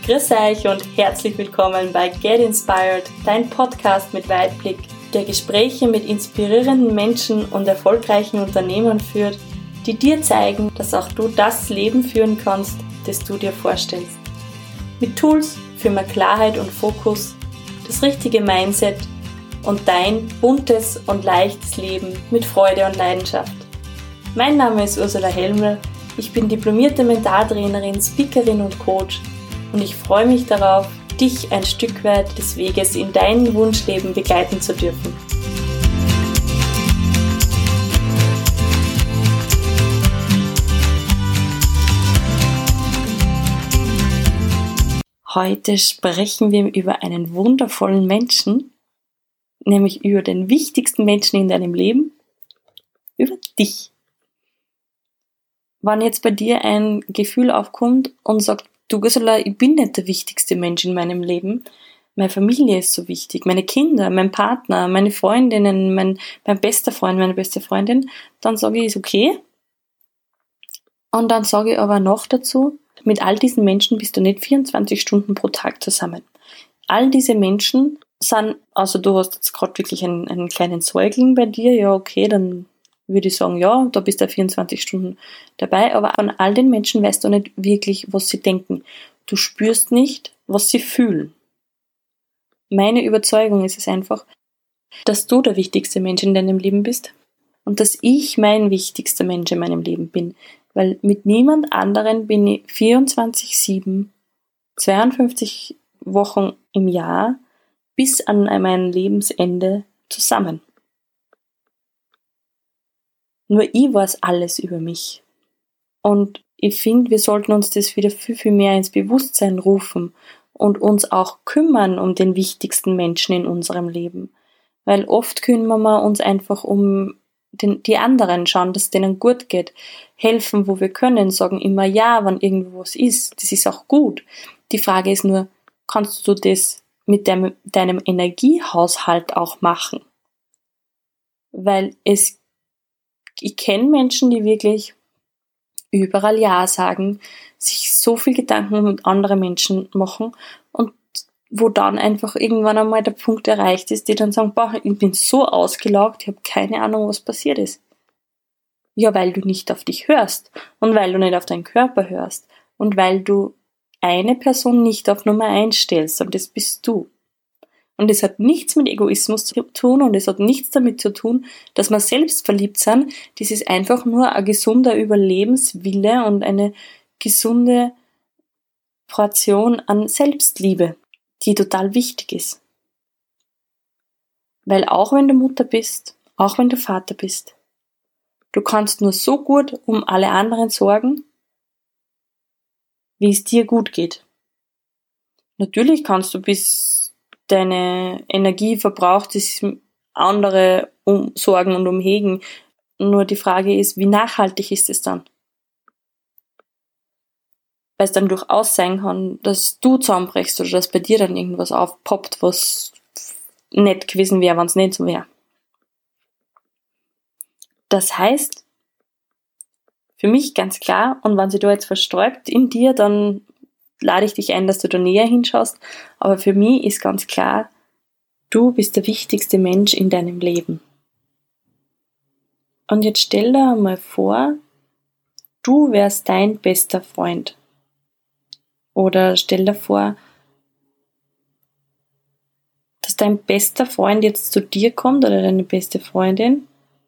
Grüß euch und herzlich willkommen bei Get Inspired, dein Podcast mit Weitblick, der Gespräche mit inspirierenden Menschen und erfolgreichen Unternehmern führt, die dir zeigen, dass auch du das Leben führen kannst, das du dir vorstellst. Mit Tools für mehr Klarheit und Fokus, das richtige Mindset und dein buntes und leichtes Leben mit Freude und Leidenschaft. Mein Name ist Ursula Helmel, ich bin diplomierte Mentaltrainerin, Speakerin und Coach und ich freue mich darauf, dich ein Stück weit des Weges in dein Wunschleben begleiten zu dürfen. Heute sprechen wir über einen wundervollen Menschen, nämlich über den wichtigsten Menschen in deinem Leben, über dich. Wenn jetzt bei dir ein Gefühl aufkommt und sagt, du Ursula, ich bin nicht der wichtigste Mensch in meinem Leben, meine Familie ist so wichtig, meine Kinder, mein Partner, meine Freundinnen, mein bester Freund, meine beste Freundin, dann sage ich, ist okay. Und dann sage ich aber noch dazu, mit all diesen Menschen bist du nicht 24 Stunden pro Tag zusammen. All diese Menschen sind, also du hast jetzt gerade wirklich einen kleinen Säugling bei dir, ja okay, dann würde ich sagen, ja, da bist du 24 Stunden dabei, aber von all den Menschen weißt du nicht wirklich, was sie denken. Du spürst nicht, was sie fühlen. Meine Überzeugung ist es einfach, dass du der wichtigste Mensch in deinem Leben bist und dass ich mein wichtigster Mensch in meinem Leben bin, weil mit niemand anderen bin ich 24/7, 52 Wochen im Jahr bis an mein Lebensende zusammen. Nur ich weiß alles über mich. Und ich finde, wir sollten uns das wieder viel, viel mehr ins Bewusstsein rufen und uns auch kümmern um den wichtigsten Menschen in unserem Leben. Weil oft kümmern wir uns einfach um die anderen, schauen, dass es denen gut geht, helfen, wo wir können, sagen immer ja, wenn irgendwo was ist. Das ist auch gut. Die Frage ist nur, kannst du das mit deinem Energiehaushalt auch machen? Weil ich kenne Menschen, die wirklich überall Ja sagen, sich so viel Gedanken mit anderen Menschen machen und wo dann einfach irgendwann einmal der Punkt erreicht ist, die dann sagen, boah, ich bin so ausgelaugt, ich habe keine Ahnung, was passiert ist. Ja, weil du nicht auf dich hörst und weil du nicht auf deinen Körper hörst und weil du eine Person nicht auf Nummer 1 stellst und das bist du. Und es hat nichts mit Egoismus zu tun und es hat nichts damit zu tun, dass wir selbstverliebt sind. Das ist einfach nur ein gesunder Überlebenswille und eine gesunde Portion an Selbstliebe, die total wichtig ist. Weil auch wenn du Mutter bist, auch wenn du Vater bist, du kannst nur so gut um alle anderen sorgen, wie es dir gut geht. Natürlich kannst du bis deine Energie verbraucht ist, andere umsorgen und umhegen. Nur die Frage ist, wie nachhaltig ist es dann? Weil es dann durchaus sein kann, dass du zusammenbrechst oder dass bei dir dann irgendwas aufpoppt, was nicht gewesen wäre, wenn es nicht so wäre. Das heißt, für mich ganz klar, und wenn sie da jetzt versträubt in dir, dann lade ich dich ein, dass du da näher hinschaust. Aber für mich ist ganz klar, du bist der wichtigste Mensch in deinem Leben. Und jetzt stell dir mal vor, du wärst dein bester Freund. Oder stell dir vor, dass dein bester Freund jetzt zu dir kommt oder deine beste Freundin.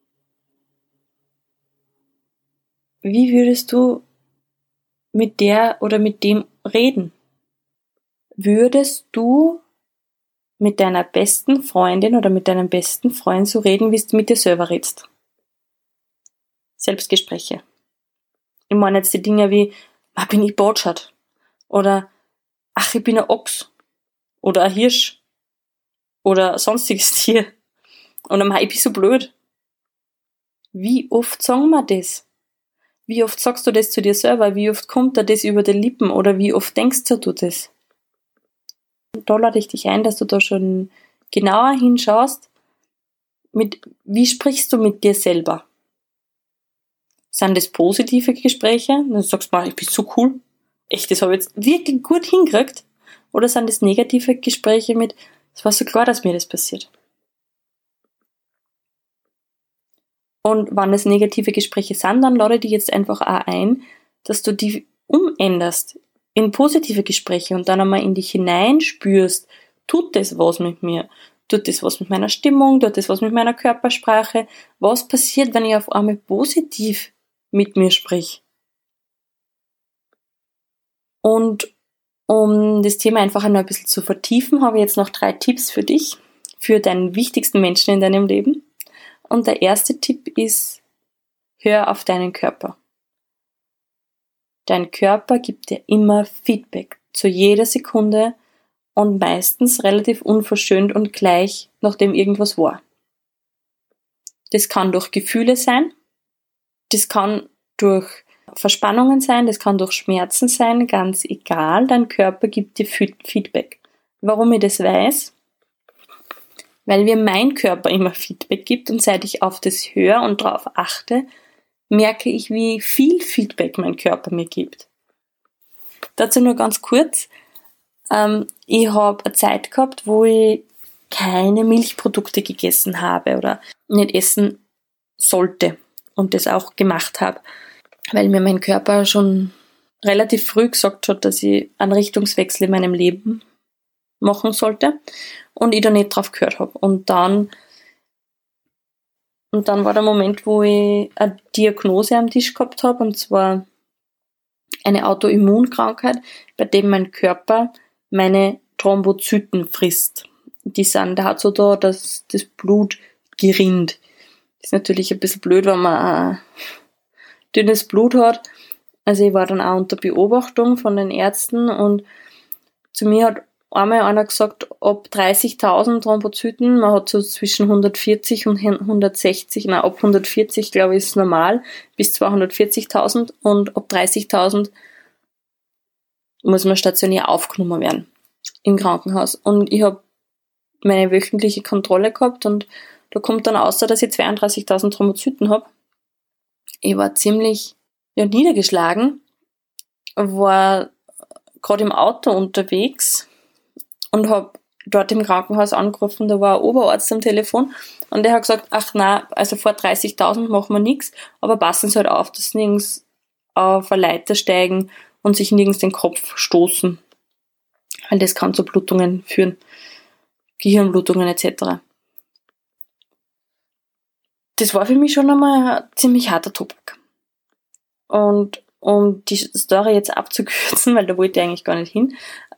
Wie würdest du mit der oder mit dem reden? Würdest du mit deiner besten Freundin oder mit deinem besten Freund so reden, wie du mit dir selber redest? Selbstgespräche. Ich meine jetzt die Dinge wie, bin ich botschert? Oder, ach, ich bin ein Ochs. Oder ein Hirsch. Oder sonstiges Tier. Oder, ich bin so blöd. Wie oft sagen wir das? Wie oft sagst du das zu dir selber? Wie oft kommt dir das über die Lippen? Oder wie oft denkst du das? Da lade ich dich ein, dass du da schon genauer hinschaust, wie sprichst du mit dir selber? Sind das positive Gespräche? Dann sagst du, ich bin so cool, echt, das habe ich jetzt wirklich gut hingekriegt? Oder sind das negative Gespräche mit, es war so klar, dass mir das passiert? Und wenn es negative Gespräche sind, dann lade die jetzt einfach auch ein, dass du die umänderst in positive Gespräche und dann einmal in dich hineinspürst, tut das was mit mir? Tut das was mit meiner Stimmung? Tut das was mit meiner Körpersprache? Was passiert, wenn ich auf einmal positiv mit mir sprich? Und um das Thema einfach noch ein bisschen zu vertiefen, habe ich jetzt noch 3 Tipps für dich, für deinen wichtigsten Menschen in deinem Leben. Und der erste Tipp ist, hör auf deinen Körper. Dein Körper gibt dir immer Feedback, zu jeder Sekunde und meistens relativ unverschönt und gleich, nachdem irgendwas war. Das kann durch Gefühle sein, das kann durch Verspannungen sein, das kann durch Schmerzen sein, ganz egal, dein Körper gibt dir Feedback. Warum ich das weiß? Weil mir mein Körper immer Feedback gibt und seit ich auf das höre und darauf achte, merke ich, wie viel Feedback mein Körper mir gibt. Dazu nur ganz kurz. Ich habe eine Zeit gehabt, wo ich keine Milchprodukte gegessen habe oder nicht essen sollte und das auch gemacht habe, weil mir mein Körper schon relativ früh gesagt hat, dass ich einen Richtungswechsel in meinem Leben machen sollte und ich da nicht drauf gehört habe. Und dann war der Moment, wo ich eine Diagnose am Tisch gehabt habe, und zwar eine Autoimmunkrankheit, bei dem mein Körper meine Thrombozyten frisst. Da hat so dass das Blut gerinnt. Ist natürlich ein bisschen blöd, wenn man dünnes Blut hat. Also ich war dann auch unter Beobachtung von den Ärzten und zu mir hat einmal einer gesagt, ab 30.000 Thrombozyten, man hat so zwischen 140 und 160, ab 140 glaube ich ist normal, bis 240.000 und ab 30.000 muss man stationär aufgenommen werden im Krankenhaus. Und ich habe meine wöchentliche Kontrolle gehabt und da kommt dann raus, dass ich 32.000 Thrombozyten habe. Ich war ziemlich niedergeschlagen, war gerade im Auto unterwegs und habe dort im Krankenhaus angerufen, da war ein Oberarzt am Telefon und der hat gesagt, ach na, also vor 30.000 machen wir nichts, aber passen Sie halt auf, dass Sie nirgends auf eine Leiter steigen und sich nirgends den Kopf stoßen, weil das kann zu Blutungen führen, Gehirnblutungen etc. Das war für mich schon einmal ein ziemlich harter Tobak. Und um die Story jetzt abzukürzen, weil da wollte ich eigentlich gar nicht hin,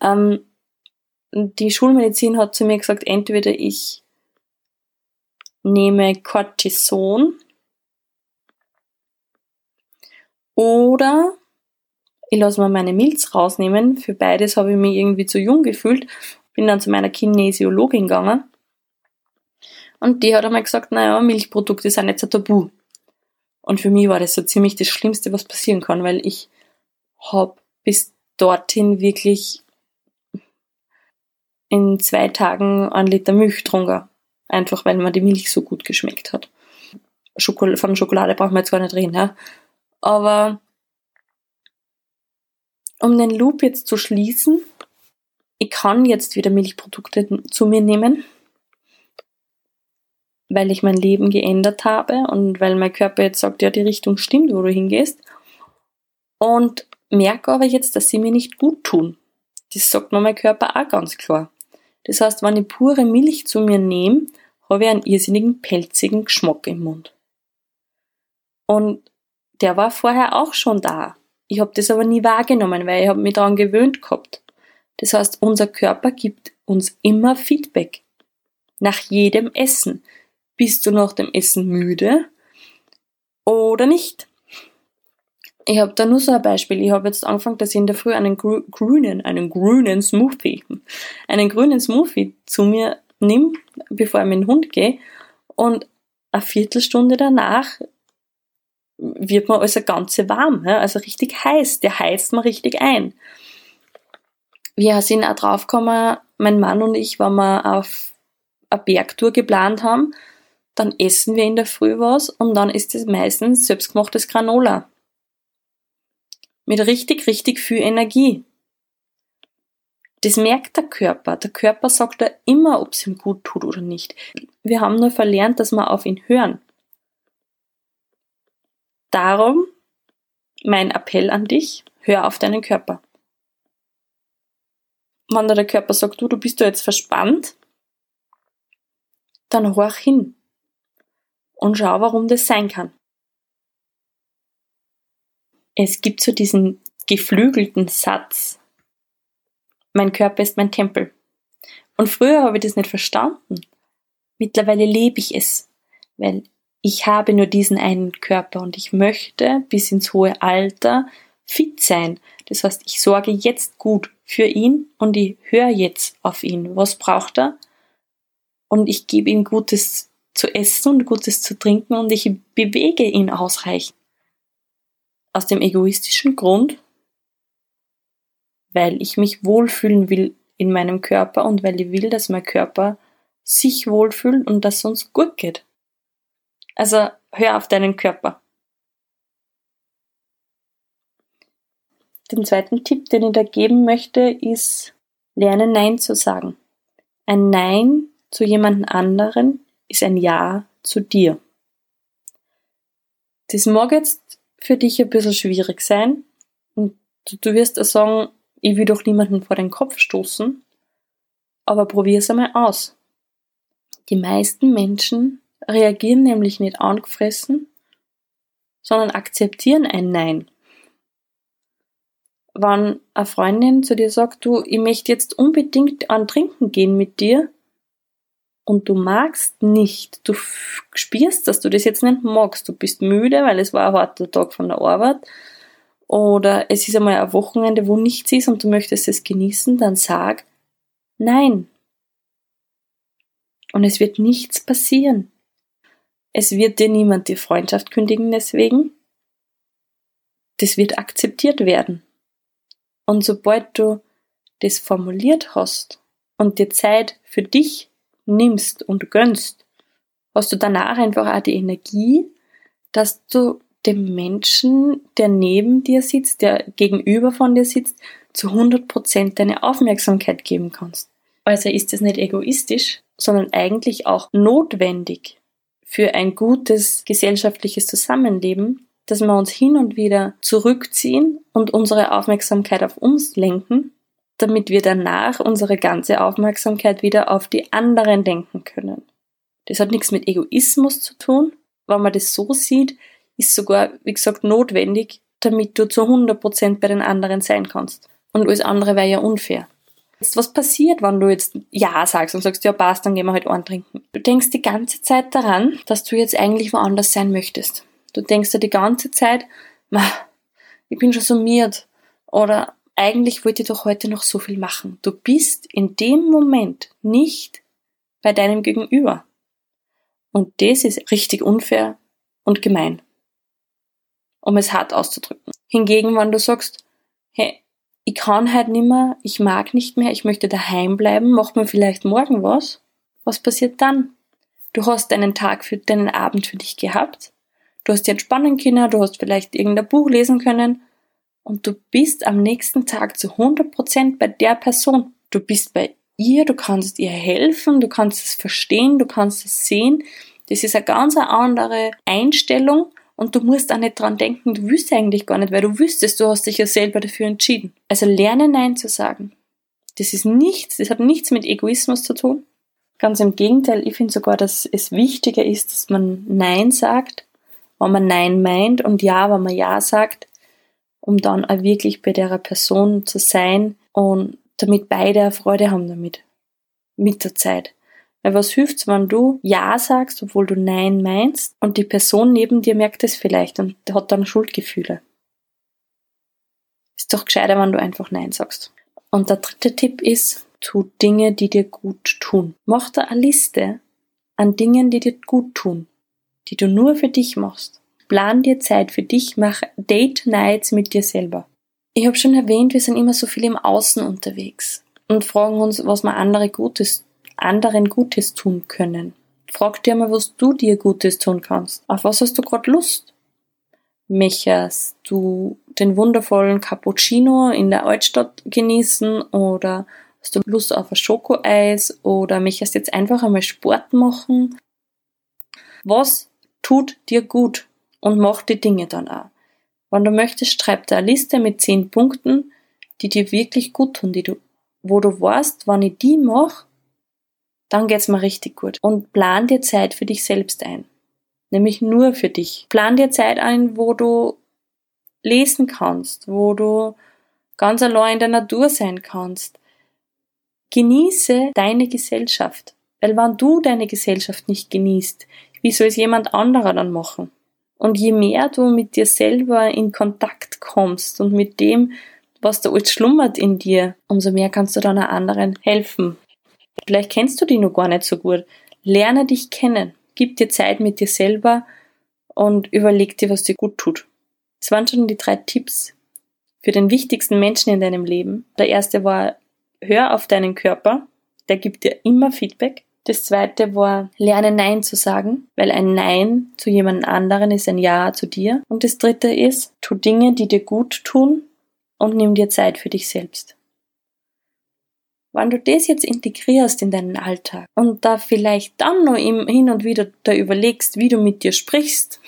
die Schulmedizin hat zu mir gesagt, entweder ich nehme Cortison oder ich lasse mir meine Milz rausnehmen. Für beides habe ich mich irgendwie zu jung gefühlt. Bin dann zu meiner Kinesiologin gegangen und die hat einmal gesagt, naja, Milchprodukte sind jetzt ein Tabu. Und für mich war das so ziemlich das Schlimmste, was passieren kann, weil ich habe bis dorthin wirklich in 2 Tagen 1 Liter Milch getrunken. Einfach, weil mir die Milch so gut geschmeckt hat. Von Schokolade brauchen wir jetzt gar nicht reden, ja. Aber um den Loop jetzt zu schließen, ich kann jetzt wieder Milchprodukte zu mir nehmen, weil ich mein Leben geändert habe und weil mein Körper jetzt sagt, ja, die Richtung stimmt, wo du hingehst. Und merke aber jetzt, dass sie mir nicht gut tun. Das sagt mir mein Körper auch ganz klar. Das heißt, wenn ich pure Milch zu mir nehme, habe ich einen irrsinnigen, pelzigen Geschmack im Mund. Und der war vorher auch schon da. Ich habe das aber nie wahrgenommen, weil ich habe mich daran gewöhnt gehabt. Das heißt, unser Körper gibt uns immer Feedback. Nach jedem Essen. Bist du nach dem Essen müde oder nicht? Ich habe da nur so ein Beispiel. Ich habe jetzt angefangen, dass ich in der Früh einen grünen Smoothie zu mir nehme, bevor ich mit dem Hund gehe. Und eine Viertelstunde danach wird mir alles Ganze warm, also richtig heiß. Der heizt mir richtig ein. Wir sind auch draufgekommen, mein Mann und ich, wenn wir auf eine Bergtour geplant haben, dann essen wir in der Früh was und dann ist es meistens selbstgemachtes Granola. Mit richtig, richtig viel Energie. Das merkt der Körper. Der Körper sagt da immer, ob es ihm gut tut oder nicht. Wir haben nur verlernt, dass wir auf ihn hören. Darum mein Appell an dich, hör auf deinen Körper. Wenn der Körper sagt, du bist da jetzt verspannt, dann horch hin und schau, warum das sein kann. Es gibt so diesen geflügelten Satz, mein Körper ist mein Tempel. Und früher habe ich das nicht verstanden. Mittlerweile lebe ich es, weil ich habe nur diesen einen Körper und ich möchte bis ins hohe Alter fit sein. Das heißt, ich sorge jetzt gut für ihn und ich höre jetzt auf ihn. Was braucht er? Und ich gebe ihm Gutes zu essen und Gutes zu trinken und ich bewege ihn ausreichend. Aus dem egoistischen Grund, weil ich mich wohlfühlen will in meinem Körper und weil ich will, dass mein Körper sich wohlfühlt und dass es uns gut geht. Also hör auf deinen Körper. Den zweiten Tipp, den ich da geben möchte, ist, lerne Nein zu sagen. Ein Nein zu jemand anderen ist ein Ja zu dir. Das mag jetzt für dich ein bisschen schwierig sein und du wirst auch sagen, ich will doch niemanden vor den Kopf stoßen, aber probier es einmal aus. Die meisten Menschen reagieren nämlich nicht angefressen, sondern akzeptieren ein Nein. Wenn eine Freundin zu dir sagt, du, ich möchte jetzt unbedingt an Trinken gehen mit dir und du magst nicht, du spürst, dass du das jetzt nicht magst, du bist müde, weil es war ein harter Tag von der Arbeit oder es ist einmal ein Wochenende, wo nichts ist und du möchtest es genießen, dann sag Nein. Und es wird nichts passieren. Es wird dir niemand die Freundschaft kündigen deswegen. Das wird akzeptiert werden. Und sobald du das formuliert hast und dir Zeit für dich nimmst und gönnst, hast du danach einfach auch die Energie, dass du dem Menschen, der neben dir sitzt, der gegenüber von dir sitzt, zu 100% deine Aufmerksamkeit geben kannst. Also ist es nicht egoistisch, sondern eigentlich auch notwendig für ein gutes gesellschaftliches Zusammenleben, dass wir uns hin und wieder zurückziehen und unsere Aufmerksamkeit auf uns lenken, damit wir danach unsere ganze Aufmerksamkeit wieder auf die anderen lenken können. Das hat nichts mit Egoismus zu tun. Wenn man das so sieht, ist sogar, wie gesagt, notwendig, damit du zu 100% bei den anderen sein kannst. Und alles andere wäre ja unfair. Jetzt, was passiert, wenn du jetzt Ja sagst und sagst, ja passt, dann gehen wir halt antrinken. Du denkst die ganze Zeit daran, dass du jetzt eigentlich woanders sein möchtest. Du denkst dir die ganze Zeit, ich bin schon summiert oder eigentlich wollte ich doch heute noch so viel machen. Du bist in dem Moment nicht bei deinem Gegenüber. Und das ist richtig unfair und gemein, um es hart auszudrücken. Hingegen, wenn du sagst, hey, ich kann heute nicht mehr, ich mag nicht mehr, ich möchte daheim bleiben, macht mir vielleicht morgen was passiert dann? Du hast deinen Tag für deinen Abend für dich gehabt, du hast dich entspannen können, du hast vielleicht irgendein Buch lesen können und du bist am nächsten Tag zu 100% bei der Person. Du bist bei ihr, du kannst ihr helfen, du kannst es verstehen, du kannst es sehen. Das ist eine ganz andere Einstellung und du musst auch nicht dran denken, du willst eigentlich gar nicht, weil du wüsstest, du hast dich ja selber dafür entschieden. Also lerne Nein zu sagen. Das hat nichts mit Egoismus zu tun. Ganz im Gegenteil, ich finde sogar, dass es wichtiger ist, dass man Nein sagt, wenn man Nein meint und Ja, wenn man Ja sagt, um dann auch wirklich bei der Person zu sein und damit beide eine Freude haben damit. Mit der Zeit. Weil was hilft's, wenn du Ja sagst, obwohl du Nein meinst und die Person neben dir merkt es vielleicht und hat dann Schuldgefühle. Ist doch gescheiter, wenn du einfach Nein sagst. Und der dritte Tipp ist, tu Dinge, die dir gut tun. Mach da eine Liste an Dingen, die dir gut tun, die du nur für dich machst. Plan dir Zeit für dich, mach Date Nights mit dir selber. Ich habe schon erwähnt, wir sind immer so viel im Außen unterwegs und fragen uns, was wir anderen Gutes tun können. Frag dir mal, was du dir Gutes tun kannst. Auf was hast du gerade Lust? Möchtest du den wundervollen Cappuccino in der Altstadt genießen oder hast du Lust auf ein Schokoeis oder möchtest jetzt einfach einmal Sport machen? Was tut dir gut und mach die Dinge dann auch. Wenn du möchtest, schreib dir eine Liste mit 10 Punkten, die dir wirklich gut tun, wo du weißt, wenn ich die mache, dann geht's mir richtig gut. Und plan dir Zeit für dich selbst ein. Nämlich nur für dich. Plan dir Zeit ein, wo du lesen kannst, wo du ganz allein in der Natur sein kannst. Genieße deine Gesellschaft. Weil wenn du deine Gesellschaft nicht genießt, wie soll es jemand anderer dann machen? Und je mehr du mit dir selber in Kontakt kommst und mit dem, was da alles schlummert in dir, umso mehr kannst du dann auch anderen helfen. Vielleicht kennst du dich noch gar nicht so gut. Lerne dich kennen. Gib dir Zeit mit dir selber und überleg dir, was dir gut tut. Das waren schon die 3 Tipps für den wichtigsten Menschen in deinem Leben. Der erste war, hör auf deinen Körper. Der gibt dir immer Feedback. Das zweite war, lerne Nein zu sagen, weil ein Nein zu jemand anderen ist ein Ja zu dir. Und das dritte ist, tu Dinge, die dir gut tun und nimm dir Zeit für dich selbst. Wenn du das jetzt integrierst in deinen Alltag und da vielleicht dann noch hin und wieder da überlegst, wie du mit dir sprichst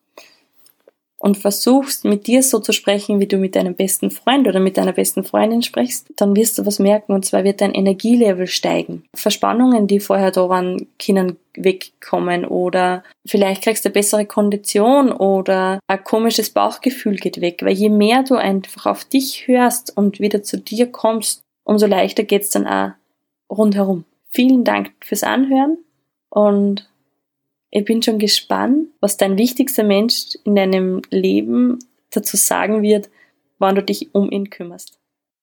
und versuchst, mit dir so zu sprechen, wie du mit deinem besten Freund oder mit deiner besten Freundin sprichst, dann wirst du was merken, und zwar wird dein Energielevel steigen. Verspannungen, die vorher da waren, können wegkommen oder vielleicht kriegst du eine bessere Kondition oder ein komisches Bauchgefühl geht weg, weil je mehr du einfach auf dich hörst und wieder zu dir kommst, umso leichter geht's dann auch rundherum. Vielen Dank fürs Anhören und ich bin schon gespannt, was dein wichtigster Mensch in deinem Leben dazu sagen wird, wann du dich um ihn kümmerst.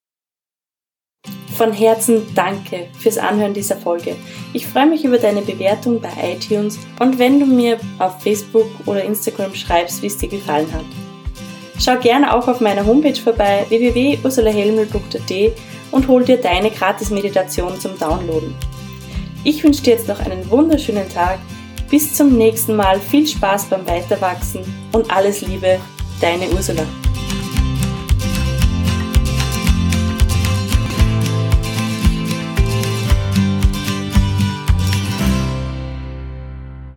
Von Herzen danke fürs Anhören dieser Folge. Ich freue mich über deine Bewertung bei iTunes und wenn du mir auf Facebook oder Instagram schreibst, wie es dir gefallen hat. Schau gerne auch auf meiner Homepage vorbei, www.ursulahelml.at, und hol dir deine Gratis-Meditation zum Downloaden. Ich wünsche dir jetzt noch einen wunderschönen Tag. Bis zum nächsten Mal. Viel Spaß beim Weiterwachsen und alles Liebe, deine Ursula.